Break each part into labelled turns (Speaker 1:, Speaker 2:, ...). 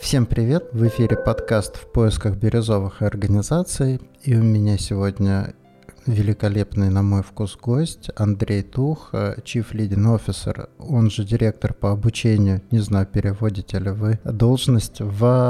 Speaker 1: Всем привет! В эфире подкаст «В поисках бирюзовых организаций». И у меня сегодня великолепный, на мой вкус, гость Андрей Тух, Chief Leading Officer, он же директор по обучению, не знаю, переводите ли вы, должность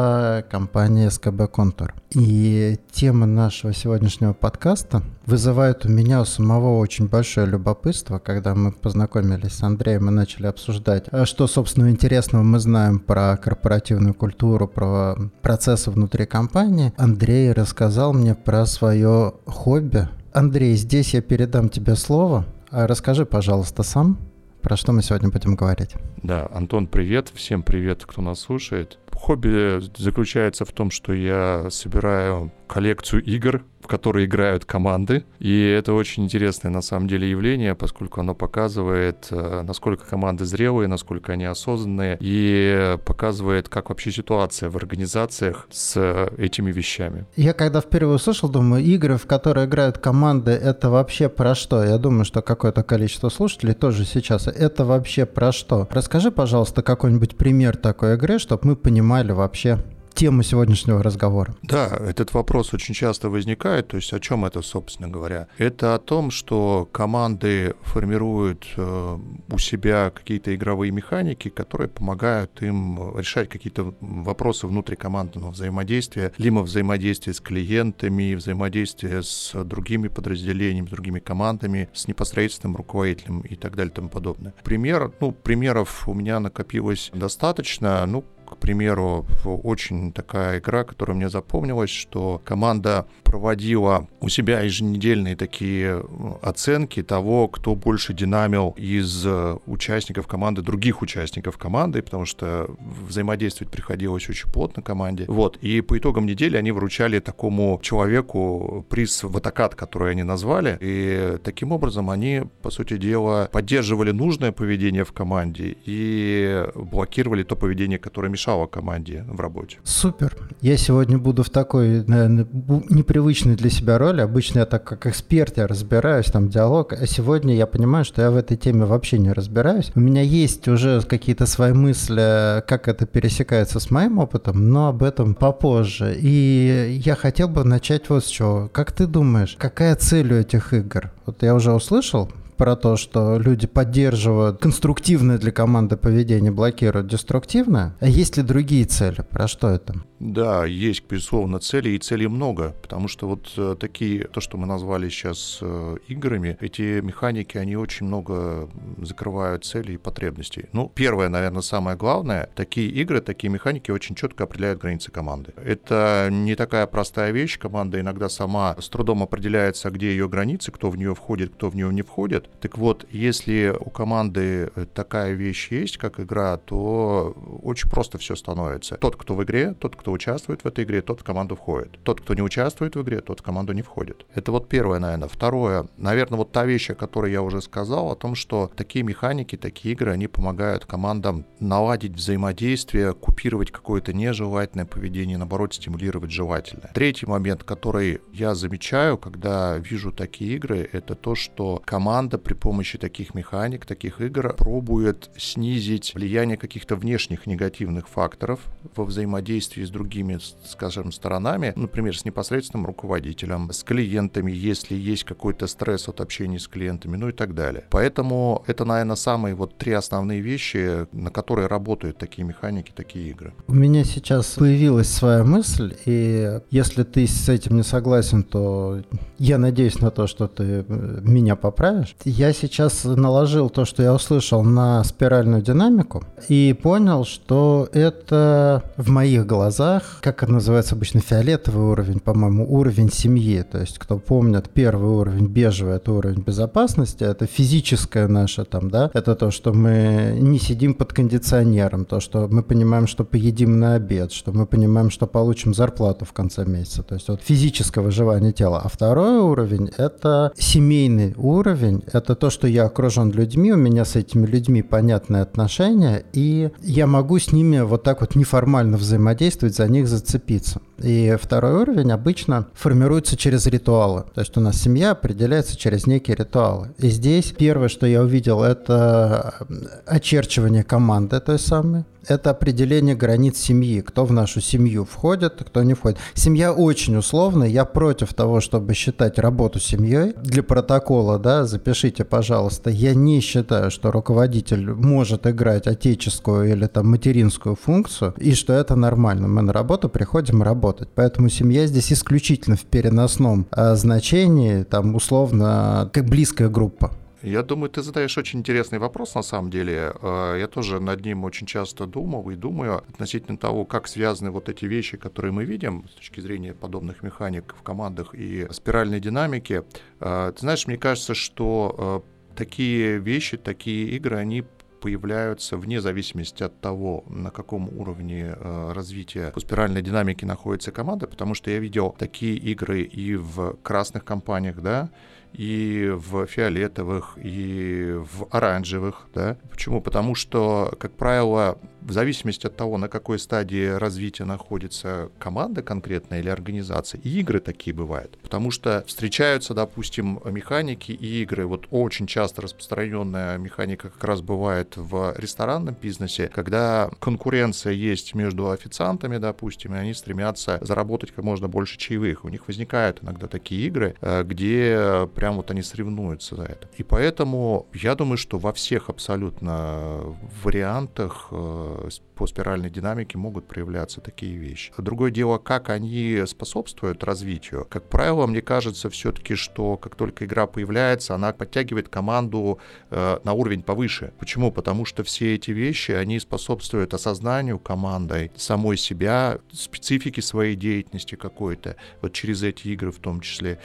Speaker 1: в компании СКБ Контур. И тема нашего сегодняшнего подкаста вызывает у меня у самого очень большое любопытство. Когда мы познакомились с Андреем и начали обсуждать, что, собственно, интересного мы знаем про корпоративную культуру, про процессы внутри компании, Андрей рассказал мне про свое хобби. Андрей, здесь я передам тебе слово. Расскажи, пожалуйста, сам, про что мы сегодня будем говорить.
Speaker 2: Да, Антон, привет. Всем привет, кто нас слушает. Хобби заключается в том, что я собираю коллекцию игр, в которые играют команды. И это очень интересное на самом деле явление, поскольку оно показывает, насколько команды зрелые, насколько они осознанные, и показывает, как вообще ситуация в организациях с этими вещами.
Speaker 1: Я когда впервые услышал, думаю, игры, в которые играют команды, это вообще про что? Я думаю, что какое-то количество слушателей тоже сейчас. Это вообще про что? Расскажи, пожалуйста, какой-нибудь пример такой игры, чтобы мы понимали вообще тему сегодняшнего разговора.
Speaker 2: Да, этот вопрос очень часто возникает. То есть о чем это, собственно говоря? Это о том, что команды формируют у себя какие-то игровые механики, которые помогают им решать какие-то вопросы внутрикомандного взаимодействия, либо взаимодействия с клиентами, взаимодействия с другими подразделениями, с другими командами, с непосредственным руководителем и так далее и тому подобное. Примеров у меня накопилось достаточно. К примеру, очень такая игра, которая мне запомнилась, что команда проводила у себя еженедельные такие оценки того, кто больше динамил из участников команды, других участников команды, потому что взаимодействовать приходилось очень плотно команде. И по итогам недели они вручали такому человеку приз «Ватакат», который они назвали, и таким образом они, по сути дела, поддерживали нужное поведение в команде и блокировали то поведение, которое мешало команде в работе.
Speaker 1: Супер. Я сегодня буду в такой, наверное, непривычной для себя роли. Обычно я так как эксперт, я разбираюсь, там диалог, а сегодня я понимаю, что я в этой теме вообще не разбираюсь. У меня есть уже какие-то свои мысли, как это пересекается с моим опытом, но об этом попозже. И я хотел бы начать вот с чего. Как ты думаешь, какая цель у этих игр? Вот я уже услышал про то, что люди поддерживают конструктивное для команды поведение, блокируют деструктивное. А есть ли другие цели? Про что это?
Speaker 2: Да, есть, безусловно, цели, и целей много, потому что такие, то, что мы назвали сейчас играми, эти механики, они очень много закрывают цели и потребностей. Первое, наверное, самое главное, такие игры, такие механики очень четко определяют границы команды. Это не такая простая вещь, команда иногда сама с трудом определяется, где ее границы, кто в нее входит, кто в нее не входит. Так вот, если у команды такая вещь есть, как игра, то очень просто все становится. Тот, кто в игре, тот, кто участвует в этой игре, тот в команду входит. Тот, кто не участвует в игре, тот в команду не входит. Это первое, наверное. Второе, наверное, та вещь, о которой я уже сказал, о том, что такие механики, такие игры, они помогают командам наладить взаимодействие, купировать какое-то нежелательное поведение, наоборот, стимулировать желательное. Третий момент, который я замечаю, когда вижу такие игры, это то, что команда при помощи таких механик, таких игр пробует снизить влияние каких-то внешних негативных факторов во взаимодействии с другими, скажем, сторонами, например, с непосредственным руководителем, с клиентами, если есть какой-то стресс от общения с клиентами, и так далее. Поэтому это, наверное, самые три основные вещи, на которые работают такие механики, такие игры.
Speaker 1: У меня сейчас появилась своя мысль, и если ты с этим не согласен, то я надеюсь на то, что ты меня поправишь. Я сейчас наложил то, что я услышал, на спиральную динамику и понял, что это в моих глазах, как это называется обычно, фиолетовый уровень, по-моему, уровень семьи. То есть, кто помнит, первый уровень бежевый — это уровень безопасности, это физическое наше это то, что мы не сидим под кондиционером, то, что мы понимаем, что поедим на обед, что мы понимаем, что получим зарплату в конце месяца. То есть физическое выживание тела. А второй уровень — это семейный уровень, Это то, что я окружен людьми, у меня с этими людьми понятные отношения, и я могу с ними вот так вот неформально взаимодействовать, за них зацепиться. И второй уровень обычно формируется через ритуалы. То есть у нас семья определяется через некие ритуалы. И здесь первое, что я увидел, это очерчивание команды той самой. Это определение границ семьи, кто в нашу семью входит, кто не входит. Семья очень условная, я против того, чтобы считать работу семьей. Для протокола, да, запишите, пожалуйста, я не считаю, что руководитель может играть отеческую или там материнскую функцию, и что это нормально. Мы на работу приходим работать. Поэтому семья здесь исключительно в переносном значении, там условно, как близкая группа.
Speaker 2: Я думаю, ты задаешь очень интересный вопрос, на самом деле. Я тоже над ним очень часто думал и думаю относительно того, как связаны вот эти вещи, которые мы видим с точки зрения подобных механик в командах и спиральной динамики. Ты знаешь, мне кажется, что такие вещи, такие игры, они появляются вне зависимости от того, на каком уровне развития по спиральной динамике находится команда, потому что я видел такие игры и в красных компаниях, да, и в фиолетовых, и в оранжевых, да. Почему? Потому что, как правило, в зависимости от того, на какой стадии развития находится команда конкретная или организация, и игры такие бывают. Потому что встречаются, допустим, механики и игры. Вот очень часто распространенная механика как раз бывает в ресторанном бизнесе, когда конкуренция есть между официантами, допустим, и они стремятся заработать как можно больше чаевых. У них возникают иногда такие игры, где прям вот они соревнуются за это. И поэтому я думаю, что во всех абсолютно вариантах по спиральной динамике могут проявляться такие вещи. Другое дело, как они способствуют развитию. Как правило, мне кажется все-таки, что как только игра появляется, она подтягивает команду на уровень повыше. Почему? Потому что все эти вещи, они способствуют осознанию командой самой себя, специфики своей деятельности какой-то, вот через эти игры в том числе.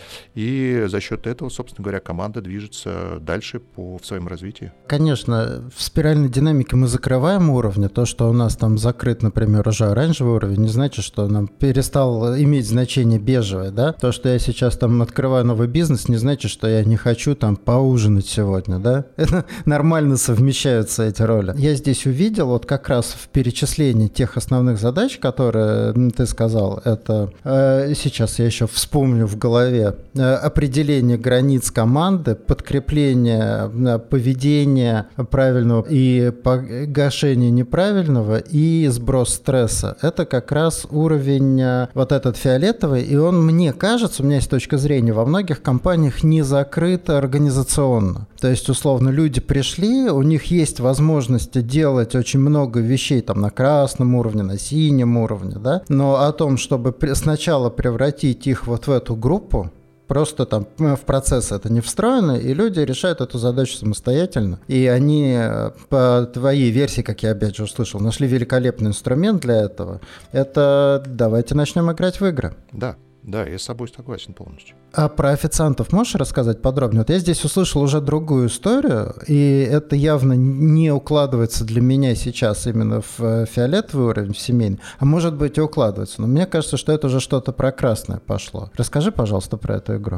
Speaker 2: И за счет этого, собственно говоря, команда движется дальше в своем развитии.
Speaker 1: Конечно, в спиральной динамике мы закрываем уровни. То, что у нас там закрыт, например, уже оранжевый уровень, не значит, что нам перестал иметь значение бежевый, да? То, что я сейчас там открываю новый бизнес, не значит, что я не хочу там поужинать сегодня, да? Это нормально совмещаются эти роли. Я здесь увидел вот как раз в перечислении тех основных задач, которые ты сказал, это сейчас я еще вспомню в голове, определение границ команды, подкрепление поведения правильного и погашение неправильного и сброс стресса. Это как раз уровень вот этот фиолетовый, и он, мне кажется, у меня есть точка зрения, во многих компаниях не закрыт организационно. То есть, условно, люди пришли, у них есть возможность делать очень много вещей там на красном уровне, на синем уровне, да, но о том, чтобы сначала превратить их вот в эту группу, просто там в процесс это не встроено, и люди решают эту задачу самостоятельно. И они, по твоей версии, как я опять же услышал, нашли великолепный инструмент для этого. Это давайте начнем играть в игры.
Speaker 2: Да, я с собой согласен полностью.
Speaker 1: А про официантов можешь рассказать подробнее? Вот я здесь услышал уже другую историю, и это явно не укладывается для меня сейчас именно в фиолетовый уровень, в семейный, а может быть и укладывается. Но мне кажется, что это уже что-то про красное пошло. Расскажи, пожалуйста, про эту игру.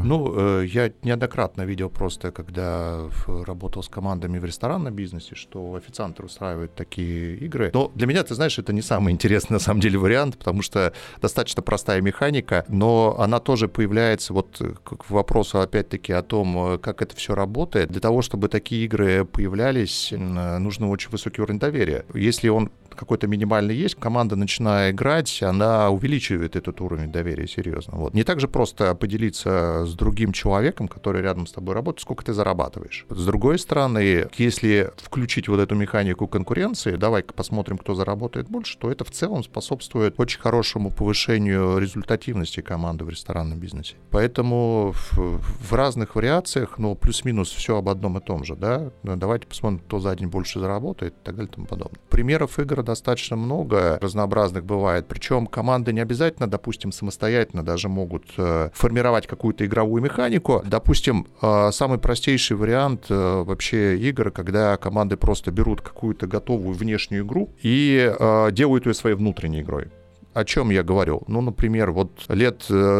Speaker 2: Я неоднократно видел просто, когда работал с командами в ресторанном бизнесе, что официанты устраивают такие игры. Но для меня, ты знаешь, это не самый интересный на самом деле вариант, потому что достаточно простая механика, но она тоже появляется вот к вопросу опять-таки о том, как это все работает. Для того, чтобы такие игры появлялись, нужно очень высокий уровень доверия. Если он какой-то минимальный есть, команда, начиная играть, она увеличивает этот уровень доверия серьезно. Вот. Не так же просто поделиться с другим человеком, который рядом с тобой работает, сколько ты зарабатываешь. С другой стороны, если включить вот эту механику конкуренции, давай-ка посмотрим, кто заработает больше, то это в целом способствует очень повышению результативности команды в ресторанном бизнесе. Поэтому в разных вариациях, но плюс-минус все об одном и том же, да, давайте посмотрим, кто за день больше заработает и так далее и тому подобное. Примеров игр достаточно много, разнообразных бывает, причем команды не обязательно, допустим, самостоятельно даже могут формировать какую-то игровую механику. Допустим, самый простейший вариант вообще игр, когда команды просто берут какую-то готовую внешнюю игру и делают ее своей внутренней игрой. о чем я говорю? Ну, например, вот лет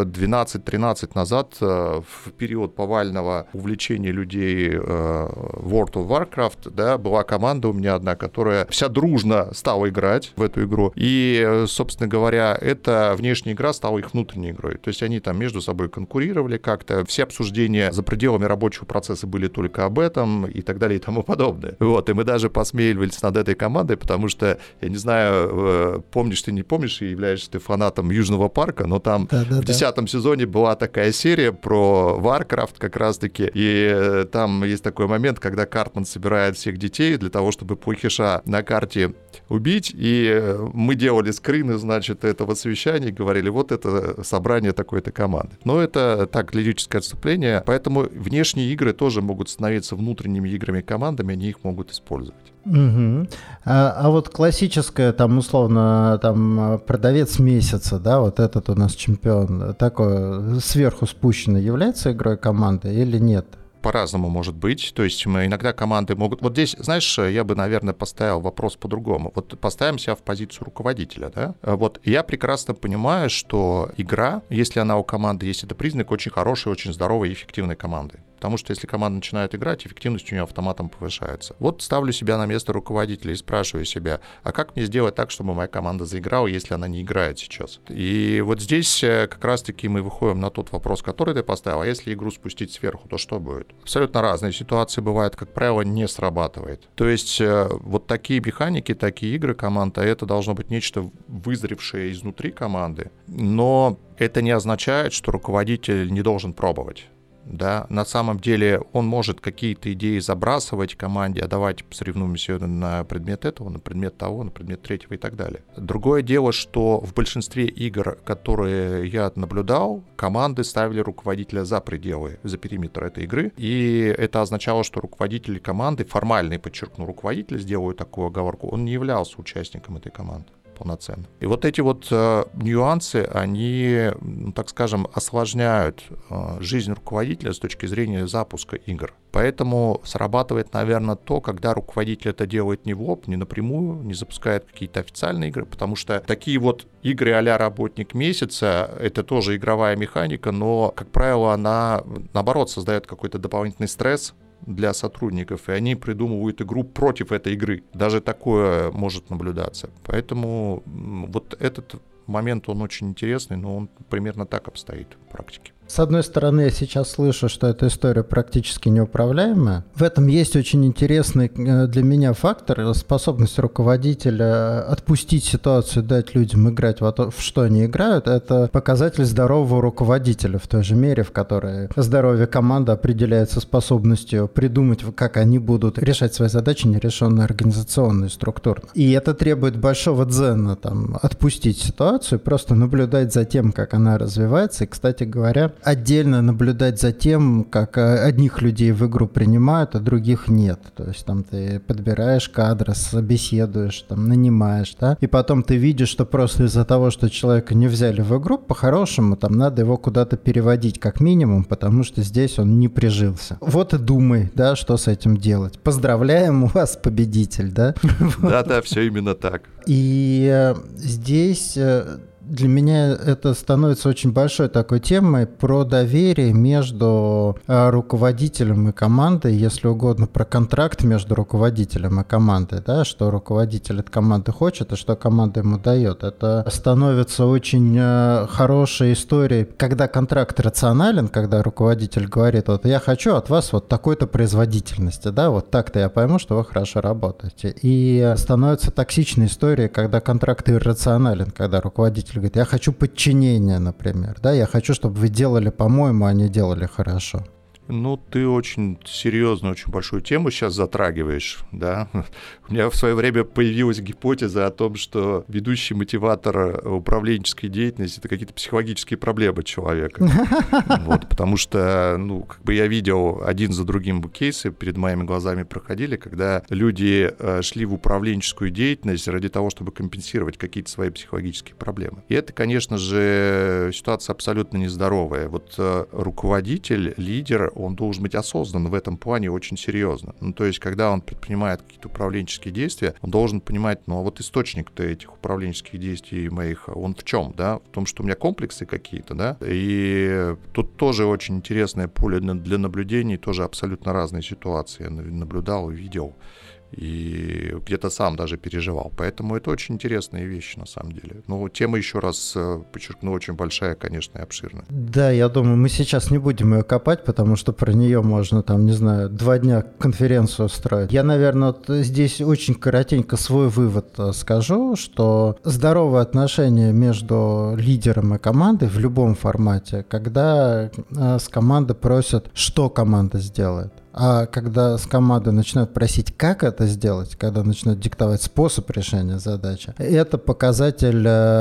Speaker 2: 12-13 назад, в период повального увлечения людей World of Warcraft, да, была команда у меня одна, которая вся дружно стала играть в эту игру. И, собственно говоря, эта внешняя игра стала их внутренней игрой. То есть они там между собой конкурировали как-то. Все обсуждения за пределами рабочего процесса были только об этом и так далее и тому подобное. Вот. И мы даже посмеивались над этой командой, потому что, я не знаю, помнишь ты, не помнишь, и являешься ты фанатом Южного парка, но там в 10 сезоне была такая серия про Warcraft как раз-таки, и там есть такой момент, когда Картман собирает всех детей для того, чтобы плохиша на карте убить, и мы делали скрины, значит, этого совещания и говорили, вот это собрание такой-то команды. Но это так, лирическое отступление, поэтому внешние игры тоже могут становиться внутренними играми командами, они их могут использовать.
Speaker 1: Угу. А вот классическая, там, условно, там, продавец месяца, да, вот этот у нас чемпион, такой сверху спущенный, является игрой команды или нет?
Speaker 2: По-разному может быть. То есть мы иногда команды могут... Вот здесь, знаешь, я бы, наверное, поставил вопрос по-другому. Вот поставим себя в позицию руководителя, да? Вот я прекрасно понимаю, что игра, если она у команды есть, это признак очень хорошей, очень здоровой и эффективной команды. Потому что если команда начинает играть, эффективность у нее автоматом повышается. Вот ставлю себя на место руководителя и спрашиваю себя, а как мне сделать так, чтобы моя команда заиграла, если она не играет сейчас? И вот здесь как раз-таки мы выходим на тот вопрос, который ты поставил. А если игру спустить сверху, то что будет? Абсолютно разные ситуации бывают, как правило, не срабатывает. То есть вот такие механики, такие игры команд, а это должно быть нечто вызревшее изнутри команды. Но это не означает, что руководитель не должен пробовать. Да, на самом деле он может какие-то идеи забрасывать команде, а давайте посоревнуемся на предмет этого, на предмет того, на предмет третьего и так далее. Другое дело, что в большинстве игр, которые я наблюдал, команды ставили руководителя за пределы, за периметр этой игры, и это означало, что руководитель команды, формальный, подчеркну, руководитель, сделаю такую оговорку, он не являлся участником этой команды полноценно. И вот эти вот нюансы, они, так скажем, осложняют жизнь руководителя с точки зрения запуска игр. Поэтому срабатывает, наверное, то, когда руководитель это делает не в лоб, не напрямую, не запускает какие-то официальные игры, потому что такие вот игры а-ля «Работник месяца» — это тоже игровая механика, но, как правило, она, наоборот, создает какой-то дополнительный стресс для сотрудников, и они придумывают игру против этой игры. Даже такое может наблюдаться. Поэтому вот этот момент, он очень интересный, но он примерно так обстоит в практике.
Speaker 1: С одной стороны, я сейчас слышу, что эта история практически неуправляемая. В этом есть очень интересный для меня фактор, способность руководителя отпустить ситуацию, дать людям играть в что они играют. Это показатель здорового руководителя в той же мере, в которой здоровье команды определяется способностью придумать, как они будут решать свои задачи, нерешенные организационно и структурно. И это требует большого дзена, там, отпустить ситуацию, просто наблюдать за тем, как она развивается. И, кстати говоря, отдельно наблюдать за тем, как одних людей в игру принимают, а других нет. То есть там ты подбираешь кадры, собеседуешь, там, нанимаешь, да, и потом ты видишь, что просто из-за того, что человека не взяли в игру, по-хорошему там надо его куда-то переводить как минимум, потому что здесь он не прижился. Вот и думай, да, что с этим делать. Поздравляем, у вас победитель, да?
Speaker 2: Да-да, все именно так.
Speaker 1: И здесь... Для меня это становится очень большой такой темой про доверие между руководителем и командой, если угодно, про контракт между руководителем и командой, да, что руководитель от команды хочет, и что команда ему дает. Это становится очень хорошей историей, когда контракт рационален, когда руководитель говорит, вот я хочу от вас вот такой-то производительности, да, вот так-то я пойму, что вы хорошо работаете. И становится токсичной историей, когда контракт иррационален, когда руководитель говорит, я хочу подчинения, например, да, я хочу, чтобы вы делали по-моему, а не делали хорошо.
Speaker 2: Ну, ты очень серьезную, очень большую тему сейчас затрагиваешь, да. У меня в свое время появилась гипотеза о том, что ведущий мотиватор управленческой деятельности — это какие-то психологические проблемы человека. Вот, потому что, ну, как бы я видел один за другим кейсы, перед моими глазами проходили, когда люди шли в управленческую деятельность ради того, чтобы компенсировать какие-то свои психологические проблемы. И это, конечно же, ситуация абсолютно нездоровая. Вот руководитель, лидер, он должен быть осознан в этом плане очень серьезно. Ну, то есть, когда он предпринимает какие-то управленческие действия, он должен понимать, ну, а вот источник-то этих управленческих действий моих, он в чем, да? В том, что у меня комплексы какие-то, да? И тут тоже очень интересное поле для наблюдений, тоже абсолютно разные ситуации. Я наблюдал и видел. И где-то сам даже переживал. Поэтому это очень интересные вещи, на самом деле. Но тема, еще раз подчеркну, очень большая, конечно, и обширная.
Speaker 1: Да, я думаю, мы сейчас не будем ее копать, потому что про нее можно, там, не знаю, 2 дня конференцию устроить. Я, наверное, вот здесь очень коротенько свой вывод скажу, что здоровое отношение между лидером и командой в любом формате, когда с команды просят, что команда сделает. А когда с командой начинают просить, как это сделать, когда начинают диктовать способ решения задачи, это показатель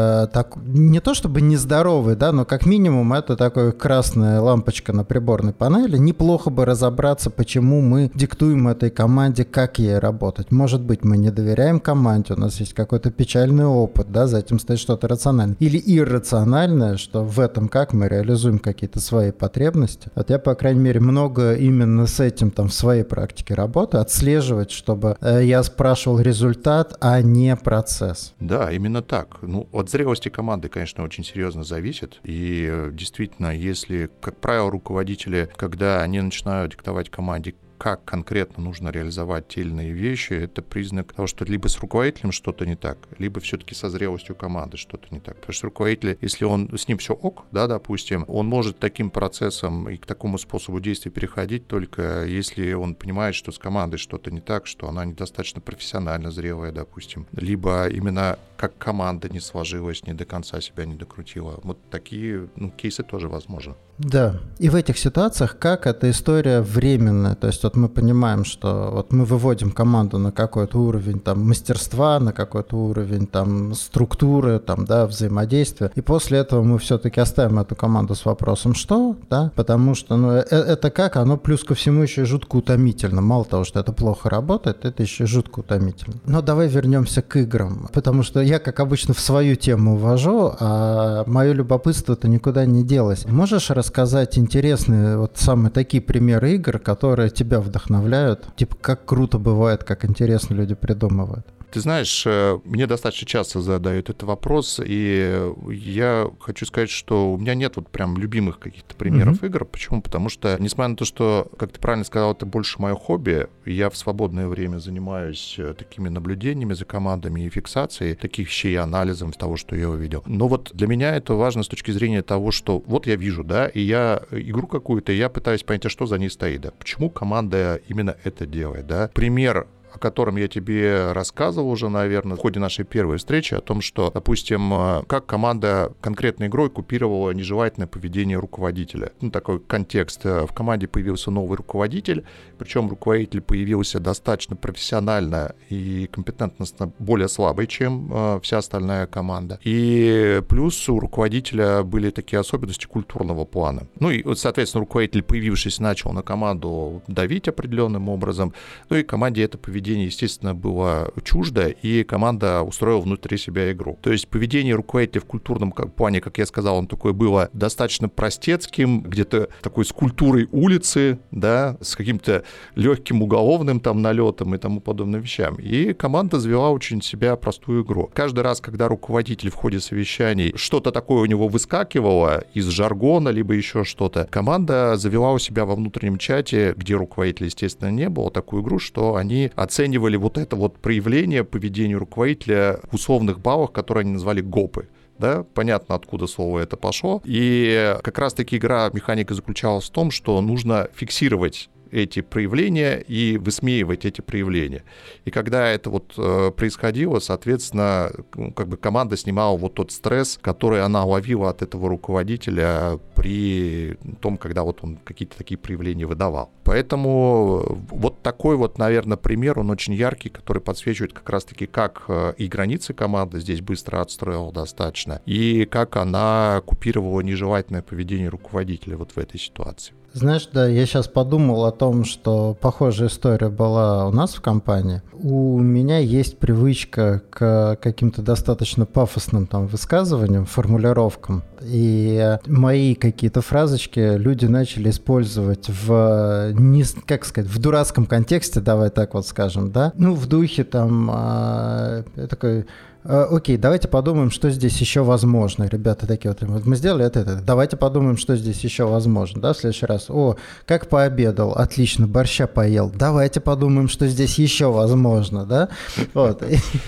Speaker 1: не то чтобы нездоровый, да, но как минимум это такая красная лампочка на приборной панели. Неплохо бы разобраться, почему мы диктуем этой команде, как ей работать. Может быть, мы не доверяем команде, у нас есть какой-то печальный опыт, да, за этим стоит что-то рациональное. Или иррациональное, что в этом как мы реализуем какие-то свои потребности. Вот я, по крайней мере, много именно с этим там в своей практике работы, отслеживать, чтобы я спрашивал результат, а не процесс.
Speaker 2: Да, именно так. Ну, от зрелости команды, конечно, очень серьезно зависит. И действительно, если, как правило, руководители, когда они начинают диктовать команде, как конкретно нужно реализовать те или иные вещи, это признак того, что либо с руководителем что-то не так, либо все-таки со зрелостью команды что-то не так. Потому что руководитель, если с ним все ок, да, допустим, он может таким процессом и к такому способу действия переходить только если он понимает, что с командой что-то не так, что она недостаточно профессионально зрелая, допустим, либо именно как команда не сложилась, не до конца себя не докрутила. Вот такие кейсы тоже возможны.
Speaker 1: Да, и в этих ситуациях как эта история временная, то есть вот мы понимаем, что вот мы выводим команду на какой-то уровень там мастерства, на какой-то уровень там структуры, там, да, взаимодействия, и после этого мы все-таки оставим эту команду с вопросом «что?», да, потому что, это как, оно плюс ко всему еще и жутко утомительно, мало того, что это плохо работает, это еще и жутко утомительно. Но давай вернемся к играм, потому что я, как обычно, в свою тему увожу, а мое любопытство-то никуда не делось. Можешь рассказать интересные вот самые такие примеры игр, которые тебя вдохновляют? Типа, как круто бывает, как интересно люди придумывают.
Speaker 2: Ты знаешь, мне достаточно часто задают этот вопрос, и я хочу сказать, что у меня нет вот прям любимых каких-то примеров игр. Почему? Потому что, несмотря на то, что, как ты правильно сказал, это больше мое хобби, я в свободное время занимаюсь такими наблюдениями за командами и фиксацией таких вещей, и анализом того, что я увидел. Но вот для меня это важно с точки зрения того, что вот я вижу, да, и я игру какую-то, и я пытаюсь понять, а что за ней стоит, да, почему команда именно это делает, да. Пример, о котором я тебе рассказывал уже, наверное, в ходе нашей первой встречи, о том, что, допустим, как команда конкретной игрой купировала нежелательное поведение руководителя. Такой контекст. В команде появился новый руководитель, причем руководитель появился достаточно профессионально и компетентностно более слабый, чем вся остальная команда. И плюс у руководителя были такие особенности культурного плана. Ну и, соответственно, руководитель, появившись, начал на команду давить определенным образом, ну и команде это поведение, естественно, было чуждо, и команда устроила внутри себя игру. То есть поведение руководителя в культурном плане, как я сказал, он такое было достаточно простецким, где-то такой с культурой улицы, да, с каким-то легким уголовным там налетом и тому подобным вещам. И команда завела очень себя простую игру. Каждый раз, когда руководитель в ходе совещаний что-то такое у него выскакивало из жаргона, либо еще что-то, команда завела у себя во внутреннем чате, где руководителя, естественно, не было, такую игру, что они оценивали вот это вот проявление поведения руководителя в условных баллах, которые они назвали ГОПы. Да, понятно, откуда слово это пошло. И как раз-таки механика заключалась в том, что нужно фиксировать эти проявления и высмеивать эти проявления. И когда это вот происходило, соответственно, как бы команда снимала вот тот стресс, который она ловила от этого руководителя при том, когда вот он какие-то такие проявления выдавал. Поэтому вот такой вот, наверное, пример, он очень яркий, который подсвечивает как раз-таки, как и границы команды здесь быстро отстроила достаточно, и как она купировала нежелательное поведение руководителя вот в этой ситуации.
Speaker 1: Знаешь, да, я сейчас подумал о том, что похожая история была у нас в компании. У меня есть привычка к каким-то достаточно пафосным там высказываниям, формулировкам. И мои какие-то фразочки люди начали использовать в дурацком контексте, давай так вот скажем, да? В духе там такой... Окей, давайте подумаем, что здесь еще возможно. Ребята такие вот мы сделали это. Давайте подумаем, что здесь еще возможно. Да, в следующий раз. Как пообедал? Отлично, борща поел. Давайте подумаем, что здесь еще возможно. Да? Вот.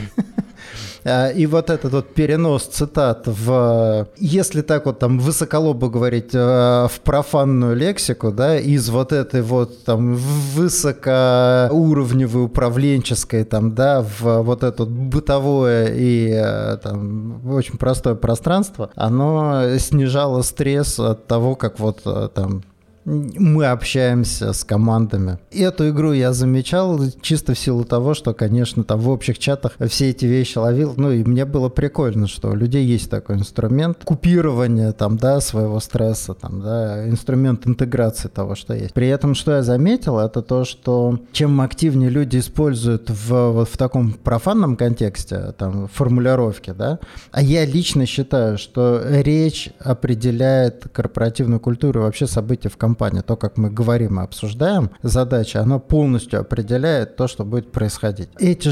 Speaker 1: И вот этот вот перенос цитат если так вот там высоколобо говорить, в профанную лексику, да, из вот этой вот там высокоуровневой управленческой там, да, в вот это вот бытовое и там очень простое пространство, оно снижало стресс от того, как вот там мы общаемся с командами. Эту игру я замечал чисто в силу того, что, конечно, там в общих чатах все эти вещи ловил. И мне было прикольно, что у людей есть такой инструмент купирования там, да, своего стресса, там, да, инструмент интеграции того, что есть. При этом, что я заметил, это то, что чем активнее люди используют в таком профанном контексте, там, формулировки, да, а я лично считаю, что речь определяет корпоративную культуру и вообще события в компании. То, как мы говорим и обсуждаем задачи, оно полностью определяет то, что будет происходить. Эти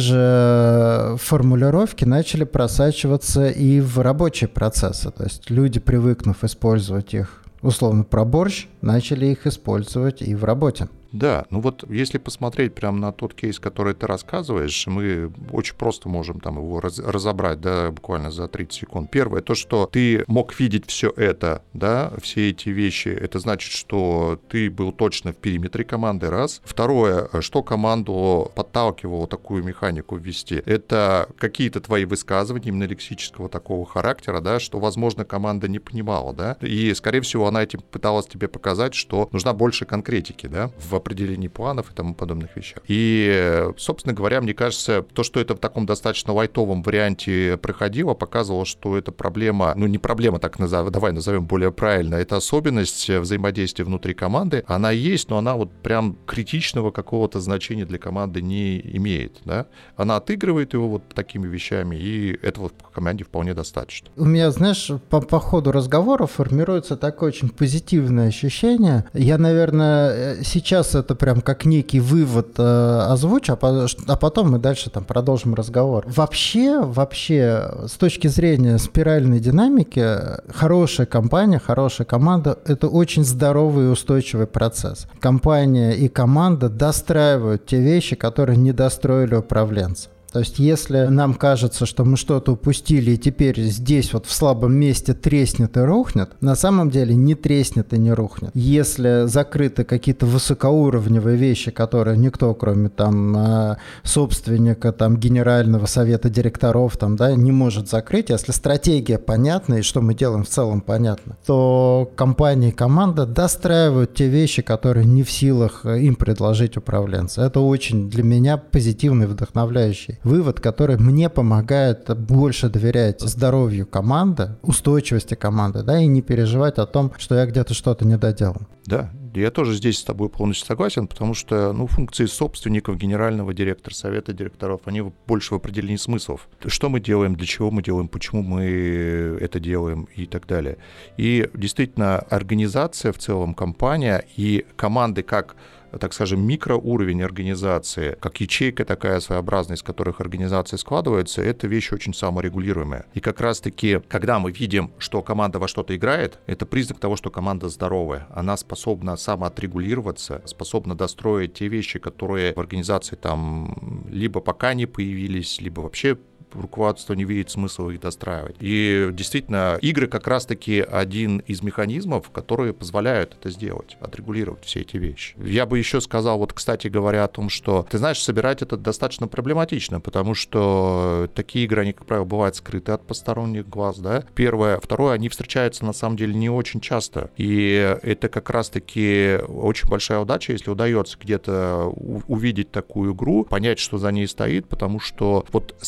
Speaker 1: же формулировки начали просачиваться и в рабочие процессы. То есть люди, привыкнув использовать их, условно, про борщ, начали их использовать и в работе.
Speaker 2: Да, если посмотреть прямо на тот кейс, который ты рассказываешь, мы очень просто можем там его разобрать, да, буквально за 30 секунд. Первое, то, что ты мог видеть все это, да, все эти вещи, это значит, что ты был точно в периметре команды, раз. Второе, что команду подталкивало такую механику ввести, это какие-то твои высказывания именно лексического такого характера, да, что, возможно, команда не понимала, да, и, скорее всего, она этим пыталась тебе показать, что нужна больше конкретики, да, в определении планов и тому подобных вещах. И, собственно говоря, мне кажется, то, что это в таком достаточно лайтовом варианте проходило, показывало, что это проблема, не проблема, давай назовем более правильно, это особенность взаимодействия внутри команды, она есть, но она вот прям критичного какого-то значения для команды не имеет, да. Она отыгрывает его вот такими вещами, и этого в команде вполне достаточно.
Speaker 1: У меня, знаешь, по ходу разговора формируется такое очень позитивное ощущение. Я, наверное, сейчас это прям как некий вывод озвучу, а потом мы дальше там продолжим разговор. Вообще, с точки зрения спиральной динамики, хорошая компания, хорошая команда — это очень здоровый и устойчивый процесс. Компания и команда достраивают те вещи, которые не достроили управленцы. То есть если нам кажется, что мы что-то упустили, и теперь здесь вот в слабом месте треснет и рухнет, на самом деле не треснет и не рухнет. Если закрыты какие-то высокоуровневые вещи, которые никто, кроме там собственника, там генерального совета директоров, там, да, не может закрыть, если стратегия понятна и что мы делаем в целом понятно, то компания и команда достраивают те вещи, которые не в силах им предложить управленцы. Это очень для меня позитивный, вдохновляющий вывод, который мне помогает больше доверять здоровью команды, устойчивости команды, да, и не переживать о том, что я где-то что-то не доделал.
Speaker 2: Да, я тоже здесь с тобой полностью согласен, потому что, функции собственников, генерального директора, совета директоров, они больше в определении смыслов. Что мы делаем, для чего мы делаем, почему мы это делаем и так далее. И действительно, организация в целом, компания и команды как, так скажем, микроуровень организации, как ячейка такая своеобразная, из которых организация складывается, это вещь очень саморегулируемая. И как раз-таки, когда мы видим, что команда во что-то играет, это признак того, что команда здоровая. Она способна самоотрегулироваться, способна достроить те вещи, которые в организации там либо пока не появились, либо вообще руководство не видит смысла их достраивать. И действительно, игры как раз-таки один из механизмов, которые позволяют это сделать, отрегулировать все эти вещи. Я бы еще сказал, вот, кстати говоря, о том, что, ты знаешь, собирать это достаточно проблематично, потому что такие игры, они, как правило, бывают скрыты от посторонних глаз, да. Первое. Второе, они встречаются, на самом деле, не очень часто. И это как раз-таки очень большая удача, если удается где-то увидеть такую игру, понять, что за ней стоит, потому что вот сам принцип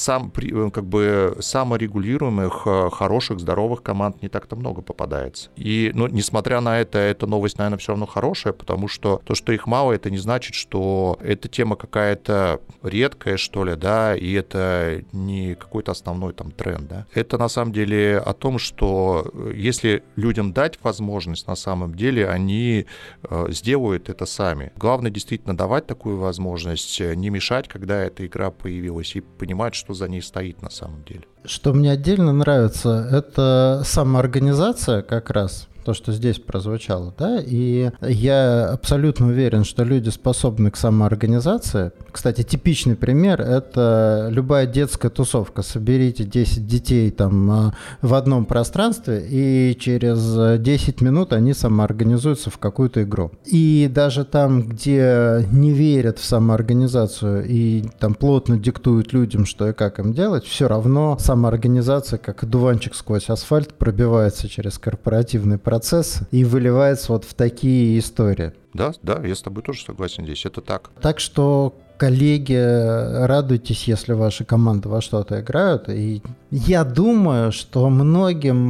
Speaker 2: как бы саморегулируемых, хороших, здоровых команд не так-то много попадается. И, несмотря на это, эта новость, наверное, все равно хорошая, потому что то, что их мало, это не значит, что эта тема какая-то редкая, что ли, да, и это не какой-то основной там тренд, да. Это на самом деле о том, что если людям дать возможность, на самом деле они сделают это сами. Главное действительно давать такую возможность, не мешать, когда эта игра появилась, и понимать, что за ней стоит на самом деле.
Speaker 1: Что мне отдельно нравится, это самоорганизация как раз. То, что здесь прозвучало, да, и я абсолютно уверен, что люди способны к самоорганизации. Кстати, типичный пример — это любая детская тусовка. Соберите 10 детей там в одном пространстве, и через 10 минут они самоорганизуются в какую-то игру. И даже там, где не верят в самоорганизацию и там плотно диктуют людям, что и как им делать, все равно самоорганизация, как одуванчик сквозь асфальт, пробивается через корпоративный процесс и выливается вот в такие истории.
Speaker 2: Да, я с тобой тоже согласен здесь, это так.
Speaker 1: Так что, коллеги, радуйтесь, если ваши команды во что-то играют. И я думаю, что многим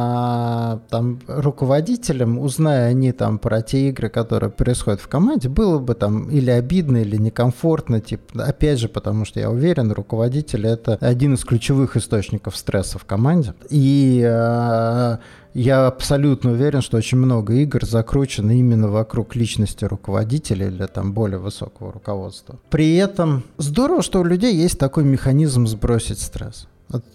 Speaker 1: там руководителям, узная они там про те игры, которые происходят в команде, было бы там или обидно, или некомфортно. Типа, опять же, потому что я уверен, руководитель — это один из ключевых источников стресса в команде. И я абсолютно уверен, что очень много игр закручено именно вокруг личности руководителя или там более высокого руководства. При этом здорово, что у людей есть такой механизм сбросить стресс.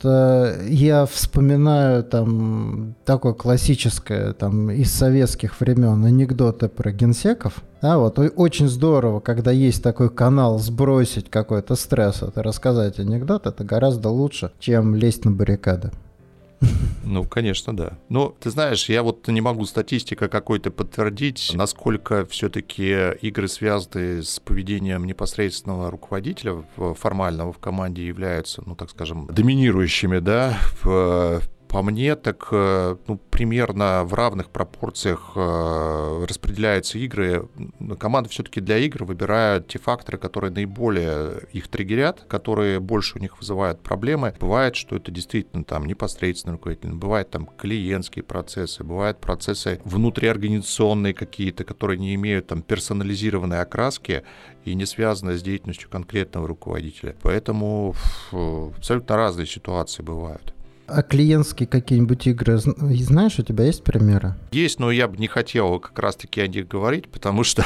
Speaker 1: Я вспоминаю там такое классическое там из советских времен анекдоты про генсеков. Очень здорово, когда есть такой канал сбросить какой-то стресс, это рассказать анекдот, это гораздо лучше, чем лезть на баррикады.
Speaker 2: Конечно, да. Но, ты знаешь, я вот не могу статистикой какой-то подтвердить, насколько все-таки игры, связанные с поведением непосредственного руководителя формального в команде, являются, так скажем, доминирующими, да, по мне, так примерно в равных пропорциях распределяются игры. Команды все-таки для игр выбирают те факторы, которые наиболее их триггерят, которые больше у них вызывают проблемы. Бывает, что это действительно там непосредственно руководитель, бывает там клиентские процессы, бывают процессы внутриорганизационные какие-то, которые не имеют там персонализированной окраски и не связаны с деятельностью конкретного руководителя. Поэтому абсолютно разные ситуации бывают.
Speaker 1: А клиентские какие-нибудь игры, знаешь, у тебя есть примеры?
Speaker 2: Есть, но я бы не хотел как раз-таки о них говорить, потому что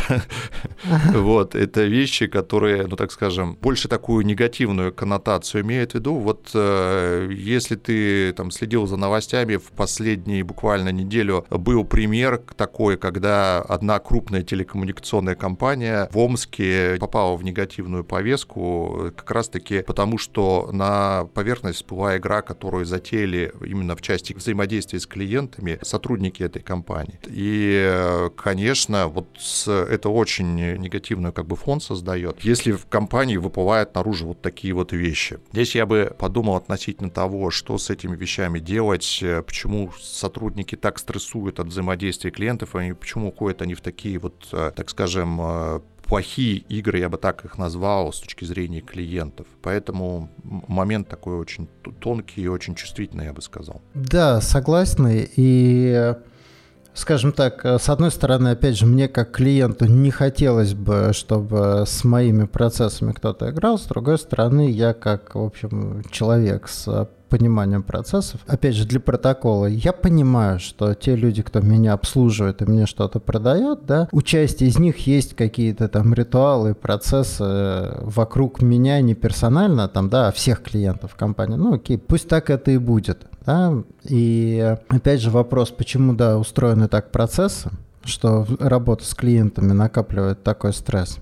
Speaker 2: это вещи, которые, так скажем, больше такую негативную коннотацию имеют в виду. Если ты там следил за новостями, в последнюю буквально неделю был пример такой, когда одна крупная телекоммуникационная компания в Омске попала в негативную повестку как раз-таки потому, что на поверхность всплыла игра, которую затем именно в части взаимодействия с клиентами сотрудники этой компании. И, конечно, это очень негативный фон создает, если в компании выплывают наружу такие вещи. Здесь я бы подумал относительно того, что с этими вещами делать, почему сотрудники так стрессуют от взаимодействия клиентов, и почему уходят они в такие так скажем, плохие игры, я бы так их назвал, с точки зрения клиентов. Поэтому момент такой очень тонкий и очень чувствительный, я бы сказал.
Speaker 1: Да, согласен. И, скажем так, с одной стороны, опять же, мне как клиенту не хотелось бы, чтобы с моими процессами кто-то играл. С другой стороны, я как, в общем, человек с пониманием процессов, опять же, для протокола, я понимаю, что те люди, кто меня обслуживает и мне что-то продает, да, у части из них есть какие-то там ритуалы, процессы вокруг меня, не персонально, там, да, а всех клиентов компании. Окей, пусть так это и будет, да. И опять же вопрос, почему, да, устроены так процессы, что работа с клиентами накапливает такой стресс.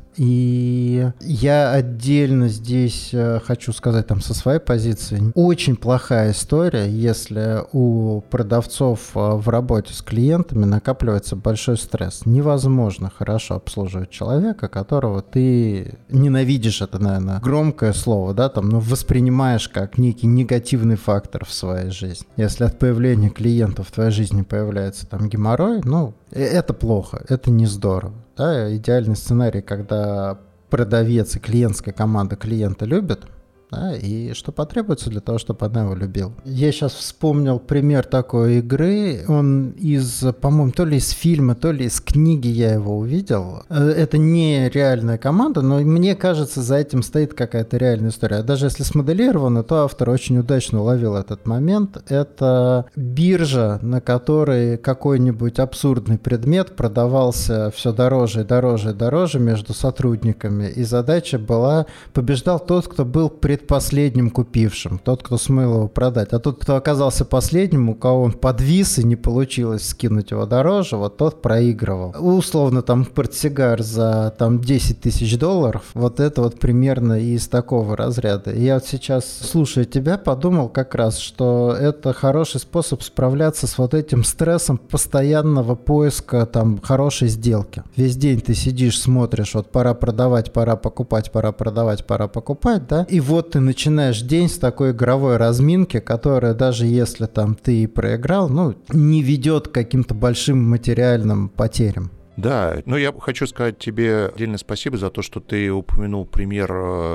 Speaker 1: И я отдельно здесь хочу сказать там со своей позиции. Очень плохая история, если у продавцов в работе с клиентами накапливается большой стресс. Невозможно хорошо обслуживать человека, которого ты ненавидишь, это, наверное, громкое слово, да, там, но воспринимаешь как некий негативный фактор в своей жизни. Если от появления клиентов в твоей жизни появляется там геморрой, это плохо, это не здорово. Да, идеальный сценарий, когда продавец и клиентская команда клиента любят, да, и что потребуется для того, чтобы она его любила. Я сейчас вспомнил пример такой игры, он по-моему, то ли из фильма, то ли из книги я его увидел. Это не реальная команда, но мне кажется, за этим стоит какая-то реальная история. Даже если смоделировано, то автор очень удачно уловил этот момент. Это биржа, на которой какой-нибудь абсурдный предмет продавался все дороже и дороже и дороже между сотрудниками, и задача была: побеждал тот, кто был предпоследним купившим, тот, кто смыл его продать. А тот, кто оказался последним, у кого он подвис и не получилось скинуть его дороже, вот тот проигрывал. Условно, там, портсигар за там 10 тысяч долларов, вот это вот примерно из такого разряда. И я вот сейчас, слушая тебя, подумал как раз, что это хороший способ справляться с вот этим стрессом постоянного поиска там хорошей сделки. Весь день ты сидишь, смотришь, вот пора продавать, пора покупать, пора продавать, пора покупать, да, и вот ты начинаешь день с такой игровой разминки, которая, даже если там ты и проиграл, ну, не ведет к каким-то большим материальным потерям.
Speaker 2: Да, но я хочу сказать тебе отдельное спасибо за то, что ты упомянул пример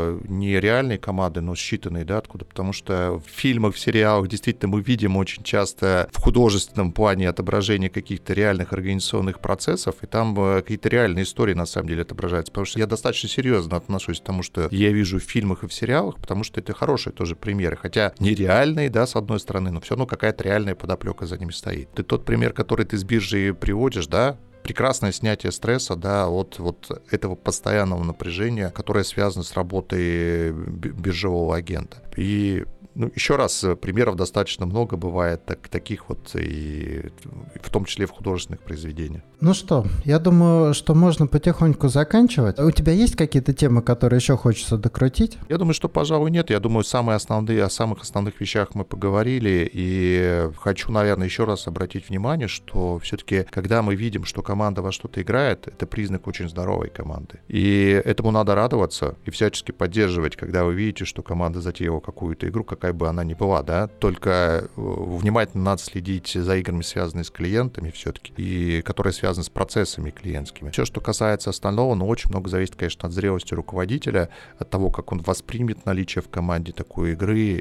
Speaker 2: не реальной команды, но считанной, да, откуда, потому что в фильмах, в сериалах действительно мы видим очень часто в художественном плане отображение каких-то реальных организационных процессов, и там какие-то реальные истории на самом деле отображаются, потому что я достаточно серьезно отношусь к тому, что я вижу в фильмах и в сериалах, потому что это хорошие тоже примеры, хотя нереальные, да, с одной стороны, но все равно какая-то реальная подоплека за ними стоит. Ты тот пример, который ты с биржей приводишь, да, прекрасное снятие стресса, да, от вот этого постоянного напряжения, которое связано с работой биржевого агента. И еще раз, примеров достаточно много бывает таких вот, и в том числе в художественных произведениях.
Speaker 1: Ну что, я думаю, что можно потихоньку заканчивать. У тебя есть какие-то темы, которые еще хочется докрутить?
Speaker 2: Я думаю, что, пожалуй, нет. Я думаю, о самых основных вещах мы поговорили. И хочу, наверное, еще раз обратить внимание, что все-таки, когда мы видим, что команда во что-то играет, это признак очень здоровой команды. И этому надо радоваться и всячески поддерживать, когда вы видите, что команда затеяла какую-то игру, какая бы она ни была, да. Только внимательно надо следить за играми, связанными с клиентами все-таки, и которые связаны с процессами клиентскими. Все, что касается остального, очень много зависит, конечно, от зрелости руководителя, от того, как он воспримет наличие в команде такой игры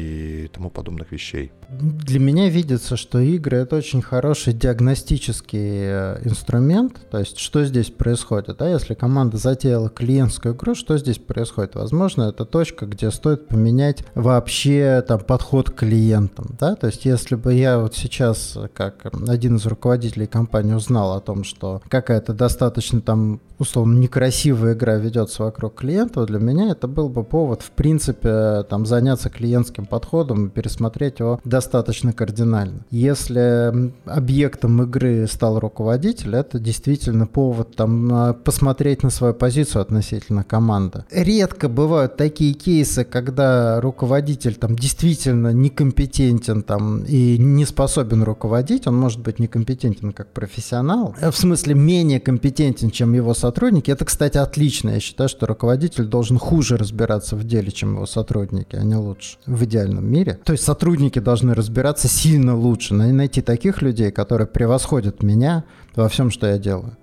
Speaker 2: и тому подобных вещей.
Speaker 1: Для меня видится, что игры — это очень хороший диагностический инструмент, то есть что здесь происходит, да, если команда затеяла клиентскую игру, что здесь происходит? Возможно, это точка, где стоит поменять вообще там подход к клиентам, да, то есть если бы я вот сейчас, как один из руководителей компании, узнал о том, что какая-то достаточно там условно некрасивая игра ведется вокруг клиента, для меня это был бы повод, в принципе, там заняться клиентским подходом и пересмотреть его достаточно кардинально. Если объектом игры стал руководитель, это действительно повод там посмотреть на свою позицию относительно команды. Редко бывают такие кейсы, когда руководитель там действительно некомпетентен там и не способен руководить, он может быть некомпетентен как профессионал, в смысле менее компетентен, чем его сотрудники. Это, кстати, отлично. Я считаю, что руководитель должен хуже разбираться в деле, чем его сотрудники, а не лучше в идеальном мире. То есть сотрудники должны разбираться сильно лучше, найти таких людей, которые превосходят меня во всем, что я делаю.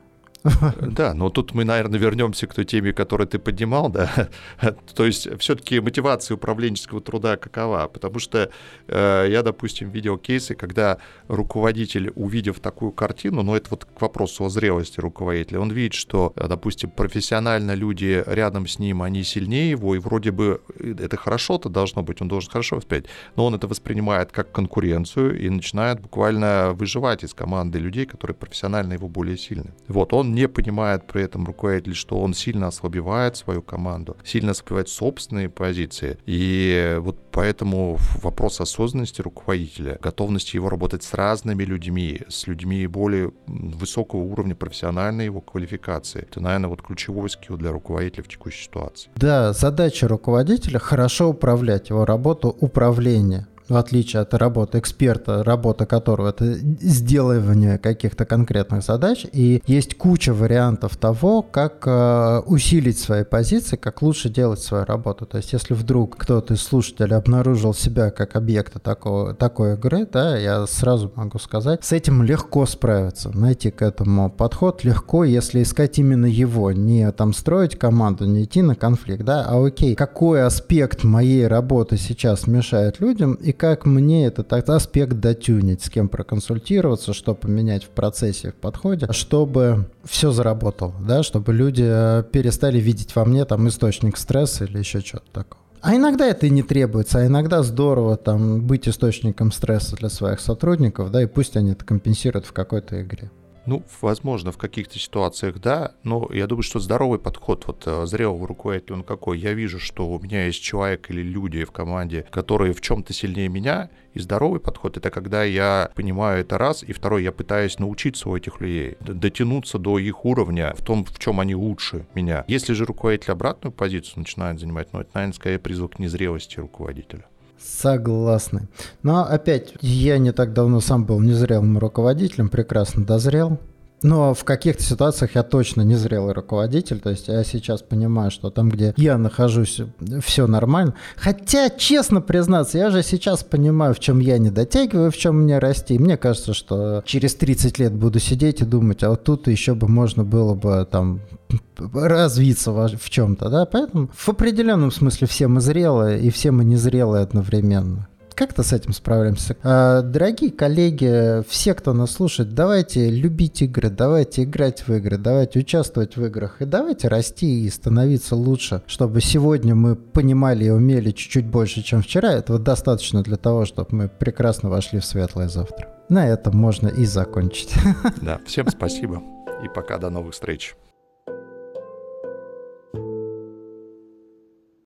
Speaker 2: Да, но тут мы, наверное, вернемся к той теме, которую ты поднимал, да. То есть все-таки мотивация управленческого труда какова? Потому что я, допустим, видел кейсы, когда руководитель, увидев такую картину, это вот к вопросу о зрелости руководителя, он видит, что, допустим, профессионально люди рядом с ним, они сильнее его, и вроде бы это хорошо-то должно быть, он должен хорошо воспринять, но он это воспринимает как конкуренцию и начинает буквально выживать из команды людей, которые профессионально его более сильны. Вот, он не понимает при этом руководитель, что он сильно ослабевает свою команду, сильно ослабевает собственные позиции. И вот поэтому вопрос осознанности руководителя, готовности его работать с разными людьми, с людьми более высокого уровня профессиональной его квалификации, это, наверное, вот ключевой скилл для руководителя в текущей ситуации.
Speaker 1: Да, задача руководителя — хорошо управлять, его работу — управление. в отличие от работы эксперта, работа которого это сделывание каких-то конкретных задач, и есть куча вариантов того, как усилить свои позиции, как лучше делать свою работу. То есть если вдруг кто-то из слушателей обнаружил себя как объекта такой игры, да, я сразу могу сказать, с этим легко справиться, найти к этому подход легко, если искать именно его, не там строить команду, не идти на конфликт, да, а окей, какой аспект моей работы сейчас мешает людям, и как мне этот аспект дотюнить, с кем проконсультироваться, что поменять в процессе, в подходе, чтобы все заработало, да, чтобы люди перестали видеть во мне там источник стресса или еще что-то такого. А иногда это и не требуется, а иногда здорово там быть источником стресса для своих сотрудников, да, и пусть они это компенсируют в какой-то игре.
Speaker 2: Ну, возможно, в каких-то ситуациях да, но я думаю, что здоровый подход вот зрелого руководителя, он какой? Я вижу, что у меня есть человек или люди в команде, которые в чем-то сильнее меня, и здоровый подход — это когда я понимаю это раз, и второй, я пытаюсь научиться у этих людей, дотянуться до их уровня в том, в чем они лучше меня. Если же руководитель обратную позицию начинает занимать, ну, это, наверное, скорее признак незрелости руководителя.
Speaker 1: Согласны. Но опять, я не так давно сам был незрелым руководителем, прекрасно дозрел. Но в каких-то ситуациях я точно незрелый руководитель, то есть я сейчас понимаю, что там, где я нахожусь, все нормально. Хотя, честно признаться, я же сейчас понимаю, в чем я не дотягиваю, в чем мне расти. И мне кажется, что через 30 лет буду сидеть и думать, а вот тут еще бы можно было бы там развиться в чем-то, да, поэтому в определенном смысле все мы зрелые и все мы незрелые одновременно. Как-то с этим справляемся. Дорогие коллеги, все, кто нас слушает, давайте любить игры, давайте играть в игры, давайте участвовать в играх и давайте расти и становиться лучше, чтобы сегодня мы понимали и умели чуть-чуть больше, чем вчера. Этого достаточно для того, чтобы мы прекрасно вошли в светлое завтра. На этом можно и закончить.
Speaker 2: Да, всем спасибо и пока, до новых встреч.